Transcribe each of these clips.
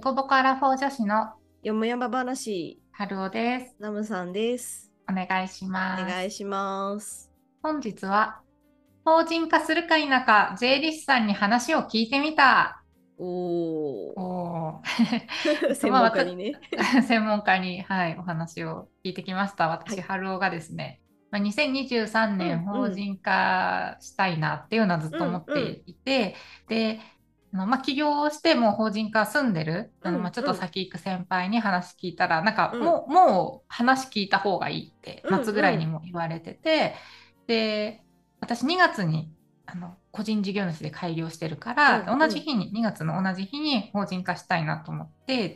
コボコアラフォー女子のよもやま話、 春尾です。 ナムさんです。 お願いします。 お願いします。 本日は法人化するか否か税理士さんに話を聞いてみた。 おおーー。専まあ、 門家にね。 専門家に、はい、お話を聞いてきました。私、 はい。 春尾がですね、2023年うんうん法人化したいなっていうのはずっと思ってうんうんいて、で、起業をしてもう法人化住んでる、ちょっとうんうん先行く先輩に話聞いたら、なんかうんもう話聞いた方がいいってうん夏ぐらいにも言われてて、で、私2月に個人事業主で開業してるかうら、 んうん同じ日に、2月の同じ日に法人化したいなと思って、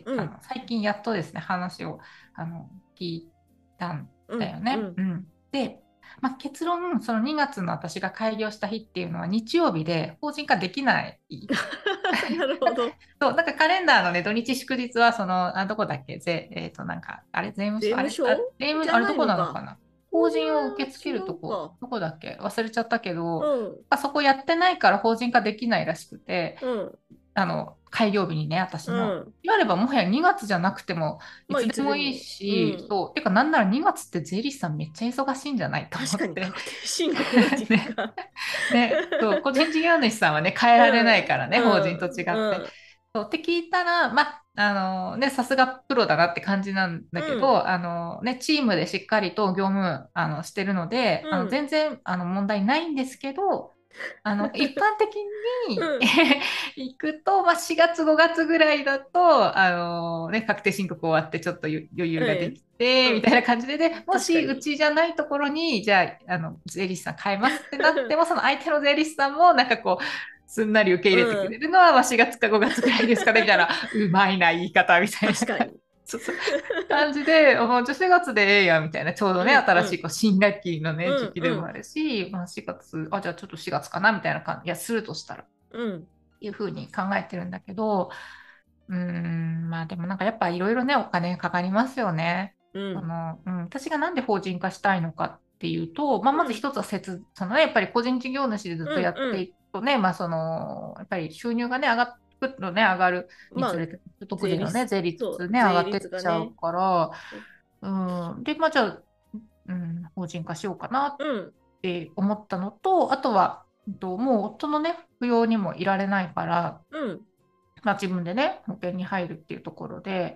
うん最近やっとですね、話を聞いたんうんだよね。 うん。 うん。で、結論、その2月の私が開業した日っていうのは日曜日で法人化できない。 なるほど。 そう、なんかカレンダーのね、土日祝日は、どこだっけ、なんか、あれ、税務署、 税務署じゃあれどこないのか。 なのかな。法法人人を受は違け付けるとこ、 うか。 どこだっけ忘れちゃったけうど、 んそこやってないから法人化できないらしくて、 うん開業日にね、私うの。 ん。 言わればもはや2月じゃなくても、いまあ、いつでもいいつでも。うし、 ん。 そう、てかなんなら2月って税理士さんめっちゃ忙しいんじゃないと思確かにって。 確定申告の時期ね、 が。 ね、そう、個人事業主さんはね、変えられないからね、法人と違って。 うんそうって聞いたら、さすがプロだなって感じなんだけうんど、チームでしっかりと業務、してるので、 うん全然、問題ないんですけど、一般的にうん行くと、4月、5月ぐらいだと、確定申告終わってちょっと余裕がでうんきて、 うんみたいな感じで、もしう確かに。 ちじゃないところに、じゃあ、税理士さん変えますってなっても、その相手の税理士さんも、なんかこう、すんなり受け入れてくれうん。 るのは、4月か5月ぐらいですかね、みたいな、うまいな言い方、みたいな確かに。 そうそう感じで、もうじゃあ4月でええや、みたいな、ちょうどうね、 んうん新しいこう新学期のね、時うんうん期でもあるし、4月、じゃあちょっと4月かな、みたいな感じ、いや、するとしたら、 うんいうふうに考えてるんだけど、でもなんかやっぱいろいろね、お金かかりますよね。 うん私がなんで法人化したいのかっていうと、まず一つはそのね、やっぱり個人事業主でずっとやってうんいくとね、やっぱり収入がね、上がってくるとね、上がるにまあ、 つれて、所得税のね、 税率、 税率そう、 ね、上が税ってっ率がね。 ちゃうから、で、じゃあ、法人化しようかなっうん、 て思ったのと、あとは、もう夫のね、扶養にもいられないから、 うん、 自分でね、保険に入るっていうところで、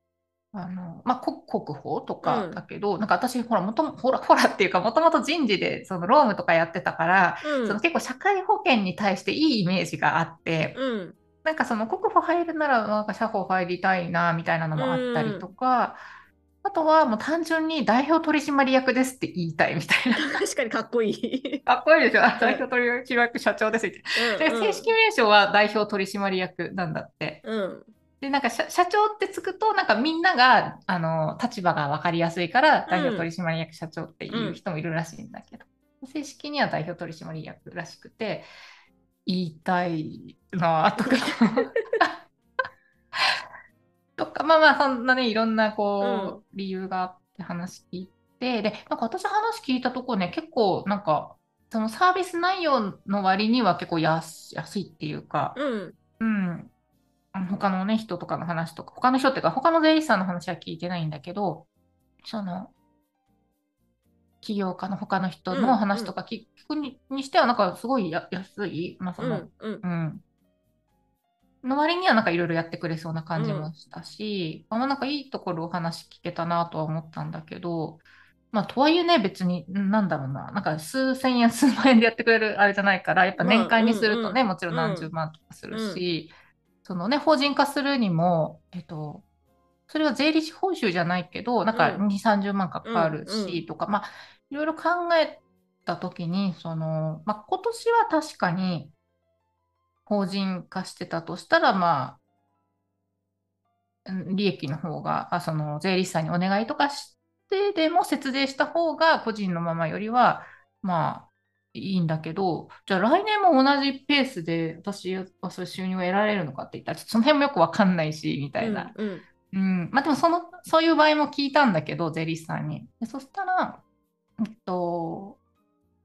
国保とかだうん、 けど、なんか私、ほらっていうか、もともと人事で、その労務とかやってたから、 うん、 その結構社会保険に対していいイメージがあって、 うん、 なんかその国保入るなら、なんか社保入りたいな、みたいなのうもあったりとん。 か、あとはもう単純に代表取締役ですって言いたいみたいな。 確かにかっこいい。 かっこいいですよ。代表うん、 取締役社長ですって。 うん、 で、正うん、 式名称は代表取締役なんだって。 うん、 で、なんか社長ってつくと、なんかみんなが、立場が分かりやすいから、代表取うん、 締役社長ってうん。 いう人もいるらしいんだけど、正式には代表取締役らしくて、言いたいなとかそんなね、いろんな、 うん、 理由があって話聞いて、で、なんか私話聞いたところね、結構、なんか、そのサービス内容の割には結構安いっていうか、 うん、 うん、他のね、人とかの話とか、他の人っていうか、他の税理士さんの話は聞いてないんだけど、その、起業家の他の人のうん、うん、 話とか聞くにしては、なんかすごい安い、 うん、うん、 の割にはなんかいろいろやってくれそうな感じうん、 もしたし、なんかいいところお話聞けたなとは思ったんだけど、とはいえね、別に、なんだろうな、なんか数千円、数万円でやってくれるあれじゃないから、やっぱ年まあ、う間にするとね、 ん、 もちろんうん、 何十万とかするうん、 し、そのね、法人化するにも、それは税理士報酬じゃないけど、なんかうん、 2、30万かうん、 かるうん、 し、とか、いろいろ考えたときに、今年は確かに法人化してたとしたら、利益の方が、その税理士さんにお願いとかしてでも節税した方が個人のままよりは、いいんだけど、じゃあ来年も同じペースで私はそういう収入を得られるのかって言ったら、ちょっとその辺もよくわかんないし、みたうん、 いな。 うん、 でもそういう場合も聞いたんだけど、税理士さんに。でそしたら、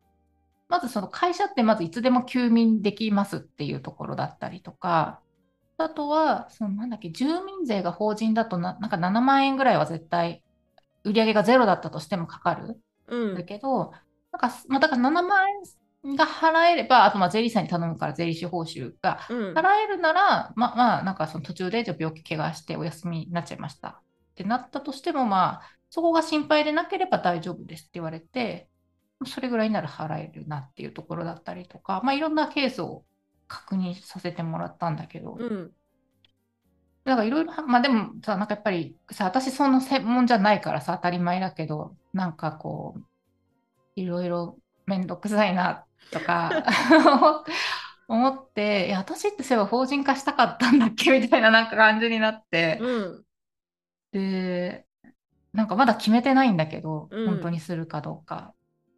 まずその会社ってまずいつでも休眠できますっていうところだったりとか、 あとは、そのなんだっけ、住民税が法人だとなんか7万円ぐらいは絶対、売り上げがゼロだったとしてもかかる。だうん。 けど、なんか、まあ、だから7万円が払えれば、あとまあ税理士さんに頼むから税理士報酬がうん。 払えるなら、まあ、なんかその途中でじゃあ病気怪我してお休みになっちゃいましたってなったとしても、まあ、そこが心配でなければ大丈夫ですって言われて、それぐらいなら払えるなっていうところだったりとか、まあ、いろんなケースを確認させてもらったんだけど、 うん。 だからいろいろ、まあでもさ、なんかやっぱりさ、私その専門じゃないからさ、当たり前だけど、なんかこう、いろいろめんどくさいなとか思って、いや、私ってそういえば法人化したかったんだっけみたいななんか感じになって、 うん。 で、なんかまだ決めてないんだけど、 う本当ん。 にするかどうか。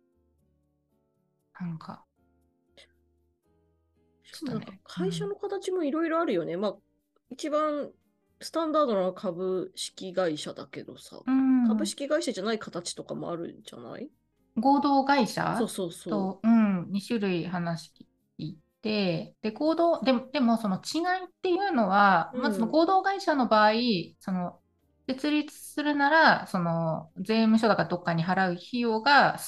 なんか、 しかもなんかちょっとね、う会社ん。 の形もいろいろあるよね。まあ、一番スタンダードな株式会社だけどさ、 う株ん、 式会社じゃない形とかもあるんじゃない？ 合同会そう社そうそと、うん、2種類話聞いて、で、でもその違いっていうのは、 う。うまずそのん。 合同会社の場合、その、設立するなら、その、税務署だかどっかに払う費用が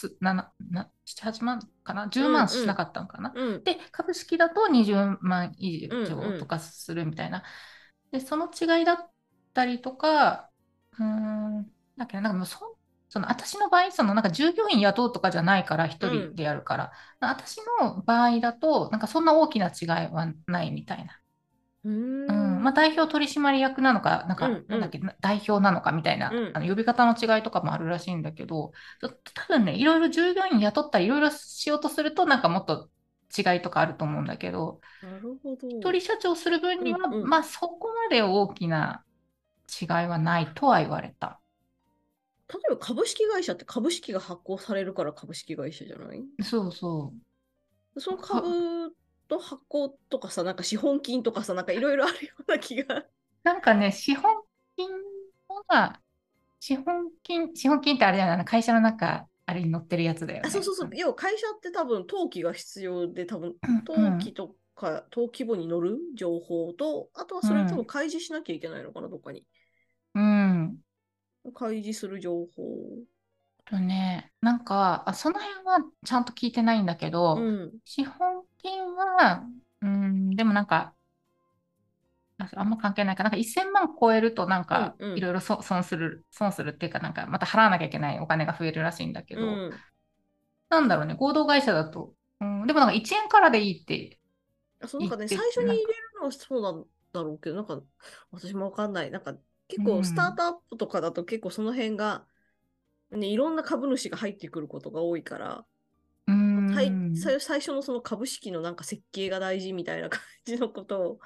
7、8万かな？ う 10 ん万しなかうん。 ったのかな？ うん。 で、株式だと20万以うん上とうん。 かするみたいな。で、その違いだったりとか、だけど、なんかもうその私の場合、そのなんか従業員雇うとかじゃないから、一人うん。 でやるから、私の場合だと、なんかそんな大きな違いはないみたいな。 うーうん、まあ代ん。 表取締役なのか、なんか、 うんうん。 なんだっけ、代表なのかみたいな、 うん。 呼び方の違いとかもあるらしいんだけど、多分ね、いろいろ従業員雇ったり、いろいろしようとすると、なんかもっと違いとかあると思うんだけど、 なるほど。 一人社長する分には、 うんうん。 まあそこまで大きな違いはないとは言われた。 例えば株式会社って株式が発行されるから株式会社じゃない？ そうそそのう。 株と発行とかさ、なんか資本金とかさ、なんかいろいろあるような気が。 なんかね、金は、資本金ってあれだよね、会社の中、あれに載ってるやつだよあ、そうね。 そうそう。要は会社って多分登記が必要で、多分うん、 登記とか登記簿に載る情報と、あとはそれ多分うん、 開示しなきゃいけないのかな、どっかに。 うん。 開示する情報。 なんか、その辺はちゃんと聞いてないんだけど、 うん。 資本金は、でもなんか、あんま関係ないか。なんか1000万超えると、なんか、 うんうん。 いろいろ損するっていうか、なんか、また払わなきゃいけないお金が増えるらしいんだけうど、 ん。 なんだろうね、合同会社だと、でもなんか1円からでいいってなんかね、最言って、 初に入れるのはそうなんだろうけど、なんか私もわかんない。なんか結う構スターん、 トアップとかだと結構その辺が、ね、いろんな株主が入ってくることが多いから、 うまあん。 最初のその株式のなんか設計が大事みたいな感じのことを。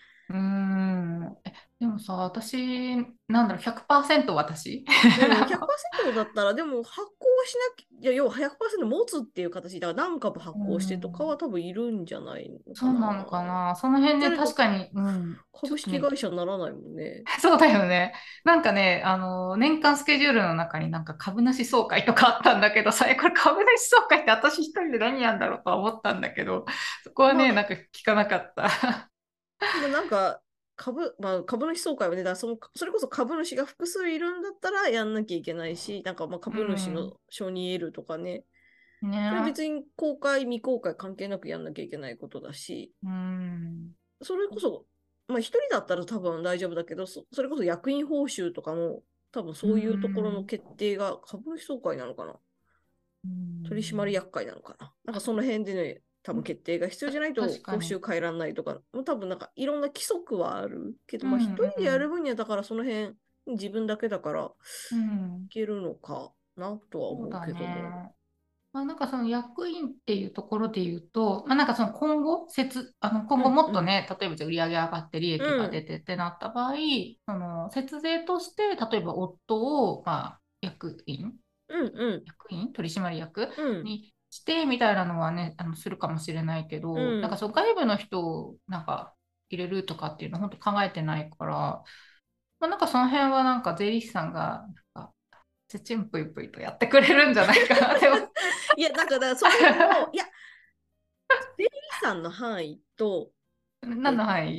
でもさ、私、なんだろう、100%私。 うん、100%だったら、でも発行はしなきゃ、いや、要は100%持つっていう形だから何株発う行してとかはん、 多分いるんじゃないのかな。 そうなのかな。その辺ね、 じゃないと確かに、ちょ株式っとね、 会社にならないもんね。 そうだよね。なんかね、年間スケジュールの中になんか株主総会とかあったんだけどさ、これ株主総会って私一人で何やんだろうとは思ったんだけど、そこはね、 まあ、 なんか聞かなかった。 なんか、まあ、株主総会はね、それこそ株主が複数いるんだったらやんなきゃいけないし、なんかまあう株主ん。 の承認得るとかね、それはね。 別に公開、未公開関係なくやんなきゃいけないことだし、 うん。 それこそ、まあ一人だったら多分大丈夫だけど、それこそ役員報酬とかも、多分うそういうところのん。 決定が株主総会なのかな、 う取締ん。 役会なのかな、なんかその辺でね、多分決定が必要じゃないと報確かに。 酬変えらんないとか、多分なんかいろんな規則はあるけど、 うまあ一人でやるん。 分にはだからその辺自分だけだからいうん。 けるのかなとは思うそうだけども。 ね。まあ、なんかその役員っていうところで言うと、まあ、なんかその今後うんうん。 もっとね、例えばじゃあ売り上げ上がって利う益が出ん。 てってなった場合、その節税として、例えば夫を、まあ、 うんうん。 役員取締役うん。 にしてみたいなのはね、するかもしれないけうど、なんかん。 その外部の人をなんか入れるとかっていうのは本当考えてないから、まあ、なんかその辺はなんか税理士さんが、なんか、ちちんぷいぷいとやってくれるんじゃないかなって思う。 いや、だからその辺も、いや、税理士さんの範囲と、 何のえ、 範囲？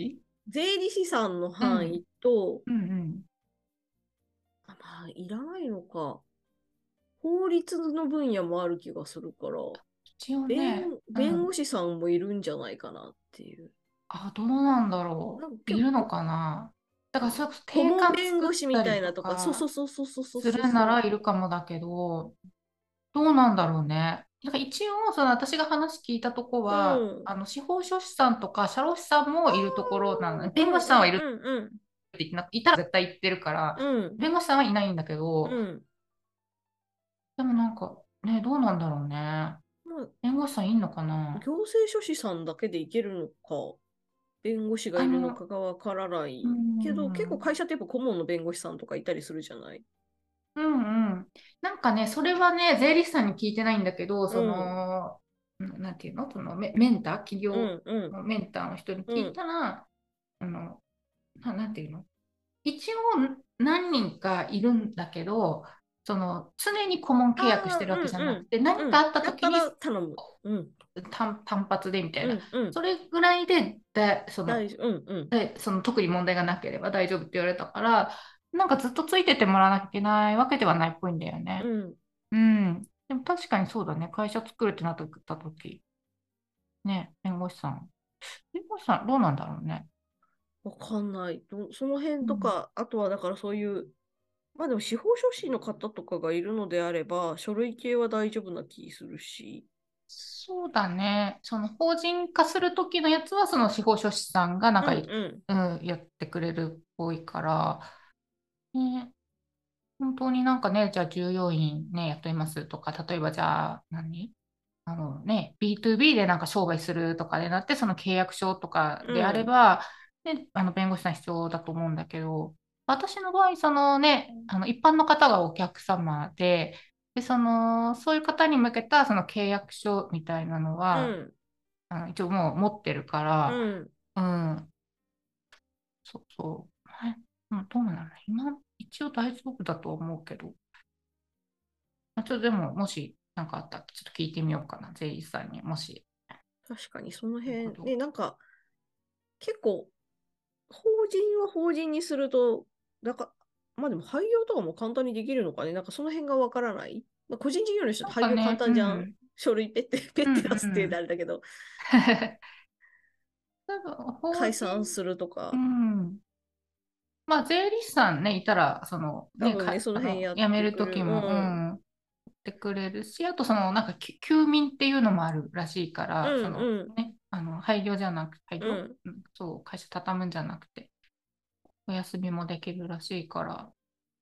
税理士さんのうん、 範囲と、 うん、うん。 まあ、いらないのか。法律の分野もある気がするから、 一応ね、う弁護ん。 士さんもいるんじゃないかなっていう。 あ、どうなんだろなんかう。いるの結構、 かな。だからそれこそ顧問定款弁護士み作ったりとたいなとか、そうそうかそうそうそうそうすそうそるならいるかもだけど、どうなんだろうね。なんか一応、その私が話聞いたとこう。うは、 ん。 司法書士さんとか社労士さんもいるところなのね。 うんう弁護士さんはいるっんうんうん。 て言っていたら絶対言ってるから、 うん。 弁護士さんはいないんだけど、 うん。 でもなんかね、どうなんだろうね。 まあ、 弁護士さんいんのかな。 行政書士さんだけでいけるのか、弁護士がいるのかがわからなうーいけど、結構ん、 会社ってやっぱ顧問の弁護士さんとかいたりするじゃない？ うんうん。なんかね、それはね、税理士さんに聞いてないんだけど、 うん。 なんていうの、メンター、企業うん。うん。 のメンターの人に聞いうん。 たら、あの、なんていうの、一応何人かいるんだけど、常に顧問あ契約しあ、 てるわけじゃうんうん。 なくて、何うん。 かあった時にだったら頼む。うん。 単発でみたいな、 うん。うん。 それぐらいで、 うんうん。 特に問題がなければ大丈夫って言われたから、なんかずっとついててもらわなきゃいけないわけではないっぽいんだよね。 うん。 うん。でも確かにそうだね。会社作るってなった時、ね、弁護士さん。弁護士さん、どうなんだろうね。 わかんない。その辺うん。 とか、あとはだからそういう、まあでも司法書士の方とかがいるのであれば、書類系は大丈夫な気するし。 そうだね。その法人化する時のやつは、その司法書士さんがなんかうんうん。 やってくれるっぽいから、ね、本当になんかね、じゃあ従業員ね、雇いますとか、例えばじゃあB2B でなんか商売するとかでなって、その契約書とかであれうん。 ば、ね、弁護士さん必要だと思うんだけど、私の場合、そのね、一般の方がお客様で、そういう方に向けたその契約書みたいなのは、 うん。 一応もう持ってるかうら、 ん。 うん、そうそう。うん、どうなの今、一応大丈夫だと思うけど、ちょっとでも、もし何かあったら、ちょっと聞いてみようかな、税理士さんに、もし。 確かにその辺。 なるほど。 で、なんか結構、法人は法人にすると、まあでも廃業とかも簡単にできるのかね。なんかその辺がわからない。まあ、個人事業主だと廃業簡なんかね、う単じゃん。 ん、 書類ペッうん、 て出すっていうとうん。 あれだけど、 多分、法解人、 散するとうか、 ん。まあ、税理士さんね、いたら、 多分ね、その辺やっ辞めるてくる。 時も、ううん。 ん、ってくれるし、あと、なんか、休眠っていうのもあるらしいかうら、 んうん。 ね、廃業じゃなくて、廃業、 うん。 うん、そう、会社畳むんじゃなくて、お休みもできるらしいから、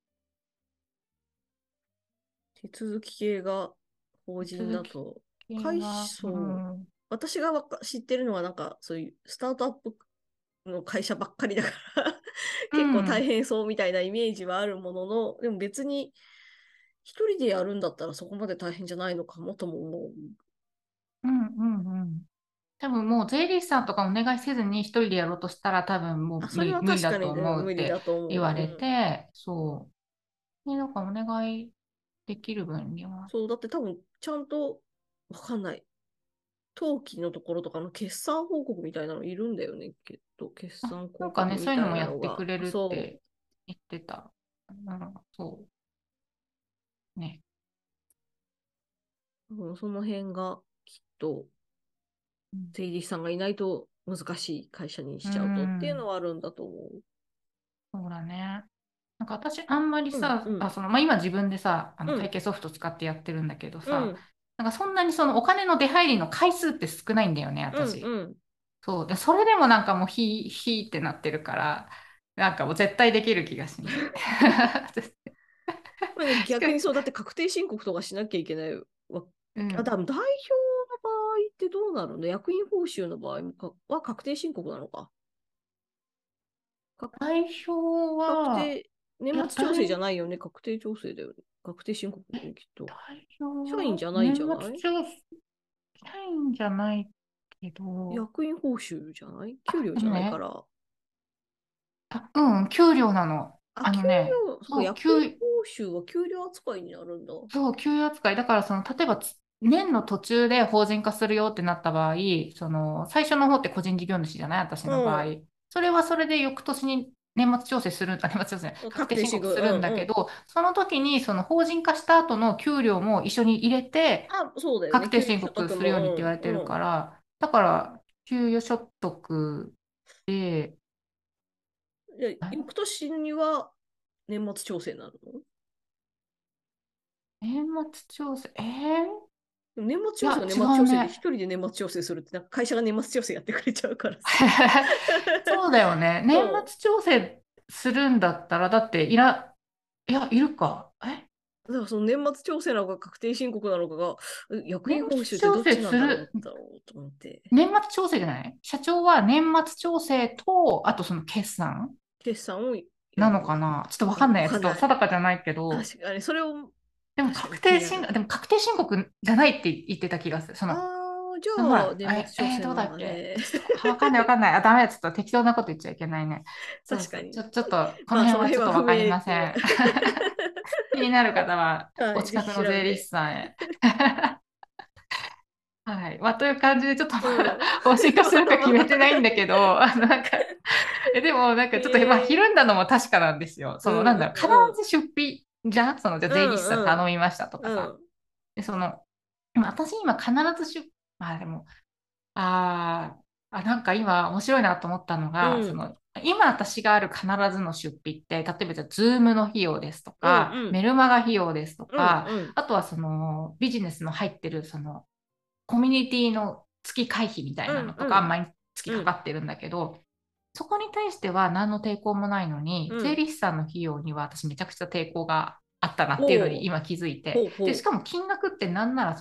手続き系が法人手続きだと、 系は、うそう。 ん、 私が知ってるのはなんかそういうスタートアップの会社ばっかりだからう結構大ん、 変そうみたいなイメージはあるものの、でも別に一人でやるんだったらそこまで大変じゃないのかもとも思う。 うん、うん、うん。多分もう税理士さんとかお願いせずに一人でやろうとしたら多分もあ、 うそれは無理だと確かに思うって無理だと思う。う言われん。 て、そう。ね、なんかお願いできる分には。 そう、だって多分ちゃんとわかんない。登記のところとかの決算報告みたいなのいるんだよね。決あ、 算なんかね、 広告みたそういうのもやいなのが。 ってくれるっそて言ってた。そうね。 う。その辺がきっとうん。 税理士さんがいないと難しい会社にうしちゃうとっていうん、 のはあるんだと思う。 そうだね。なんか私あんまりうんうさ、 んまあ、今自分でさ、会うん計ソフト使ってやってるんだけどさ、 うんなんかそんなにそのお金の出入りの回数って少ないんだよね、 うん私。 うん。 そう。で、それでもなんかもうヒーってなってるから、なんかもう絶対できる気がしない。 まあね、 しか逆にそう、だって確定申告とかしなきゃいけないわ。あ、 うん。 代表の場合ってどうなるの？役員報酬の場合は確定申告なのか。か代表は、 確定、年いや、 末調整じゃないよね。確定調整だよね。確定申告だよね、きっと。 代表は社員じゃないん年じゃない末調査員じゃないけど、 役員報酬じゃない？給あ、 料じゃでもね、 ないから。 うん、給料なの。 あ、給料、そうか、 そう、 役員報酬は給料扱いになるんだ。 給与扱い。だから例えば年の途中で法人化するよってなった場合、最初の方って個人事業主じゃない私うの場合。 ん。 それはそれで翌年に年末調整する、年末調整、確定申確定申告。 告するんだけど、その時にその法人化した後の給料も一緒に入れて、 あ、そうだよね。給与確定申所得告するようにって言わも。 れてるから、だから、給与所得で、 で、 あ翌年には年末調整なの？ 年末調整、 年末いや、 調整は年違末調整で、一うね。 人で年末調整するって、なんか会社が年末調整やってくれちゃうからさ。 そうだよね。年そ末調整するんだったら、だっていや、いるか。 う。だからその年末調整なのか確定申告なのかが、役年員報酬って末調整どっちなんだろうする、 と思って。 年末調整じゃない？社長は年末調整と、あとその決算決算をやなのかる。 な、ちょっとわあ、 かんない。ちょっとわかんない。 定かじゃないけど、 確かに、それを、 でも確かに気になる。 でも確定申告じゃないって言ってた気がする。 ああ、じほゃあ、 ら、 年末調整なんどうだっだね。 けちょっと、わかんないわかんない。ダメだ。ちょっと適当なこと言っちゃいけないね。そうそう。 確かに。 ちょっと、このまあ、そ辺はちょっの辺は不とわかり明ってません。気になる方は、 はい、 おぜひ近くの税理士調べて。 さんへ。はい。まあ、という感じで、ちょっとまだうん。 方針化するか決まだまだ。 めてないんだけど、でも、なんかちょっと、まあ、ひえるんだのも確かなんですよ。 うんうん必うん。 ず出費じゃん、じゃあう税理士さん頼んみましたとかさ。 うん。 で、私今必ずまあでも、なんか今面白いなと思ったのが、 うん。 今私がある必ずの出費って、例えばじゃあ、ズームの費用ですとうんか、 うん。 メルマガ費用ですとうんか、 うん。 あとはビジネスの入ってるコミュニティの月会費みたいなのとか、 うんうん。 毎月かかってるんだけど、そこに対しては何の抵抗もないのに、税うん。 理士さんの費用には私めちゃくちゃ抵抗があったなっていうのにほう。 今気づいて、で、しほうほかも金額ってなんなら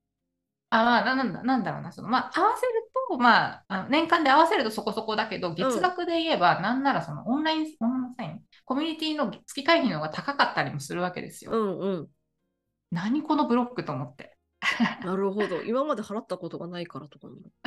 なんだろうな、まあ、合わせると、まあ、年間で合わせるとそこそこだけど、 う。うん。 月額で言えば、なんならオンライン、コミュニティの月会費の方が高かったりもするわけですうよ。 んうん。 何このブロックと思って。 なるほど。今まで払ったことがないからとかも。 うん、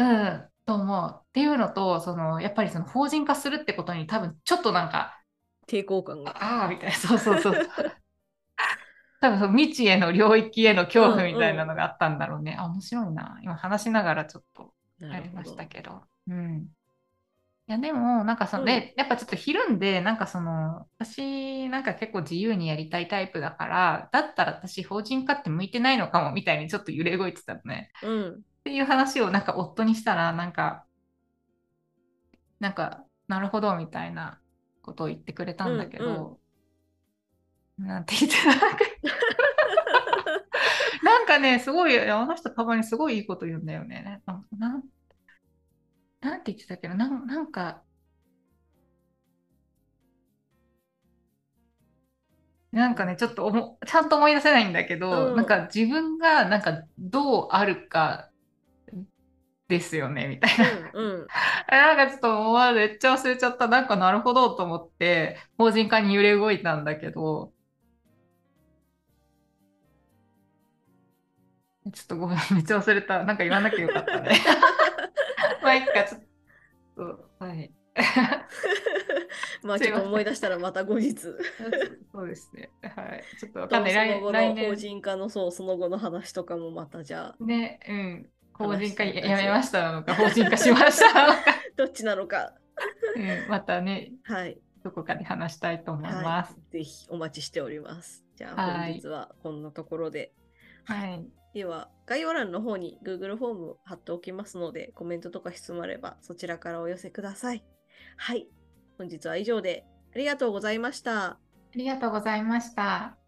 と思う。っていうのと、やっぱり法人化するってことに多分ちょっとなんか、 抵抗感が。 みたいな、そうそうそう。多分未知への領域へのう恐怖みたいんうん。 なのがあったんだろうね。面白いな。今話しながらちょっとなありましたるほど。 けど。うん。いや、でも、なんかうん。 やっぱちょっとひるんで、私、なんか結構自由にやりたいタイプだから、だったら私、法人化って向いてないのかも、みたいにちょっと揺れ動いてたのね。 うん。 っていう話をなんか夫にしたら、なるほど、みたいなことを言ってくれたうんだんうん。 けど、なんて言ってた、なんかね、すごい、あの人たまにすごいいいこと言うんだよね。なんて言ってたっけど、なんか、なんかね、ちょっとちゃんと思い出せないんだけど、なんうん。 か自分がなんかどうあるかですよね、みたいな。 うんうん。 なんかちょっともうめっちゃ忘れちゃった。なんかなるほどと思って、法人化に揺れ動いたんだけど、ちょっとごめん、めっちゃ忘れた。なんか言わなきゃよかったね。まあ、いっか、ちょっと、はい。 まあすいません。 ちょっと思い出したらまた後日そうですね。はい。ちょっとわかんと、 ない。 その後の法来年、 人化のその後の話とかもまたじゃあね、うん。法人化話したいやめま感じで。 したなのか、法人化しましたなのか。 どっちなのか。 うん、またね、 はい。 どこかで話したいと思いはい。 ます。 ぜひお待ちしております。じゃあ本はい。 日はこんなところで。はい。 はい。 では、概要欄の方に Google フォーム貼っておきますので、コメントとか質問あればそちらからお寄せください。はい。本日は以上でありがとうございました。 ありがとうございました。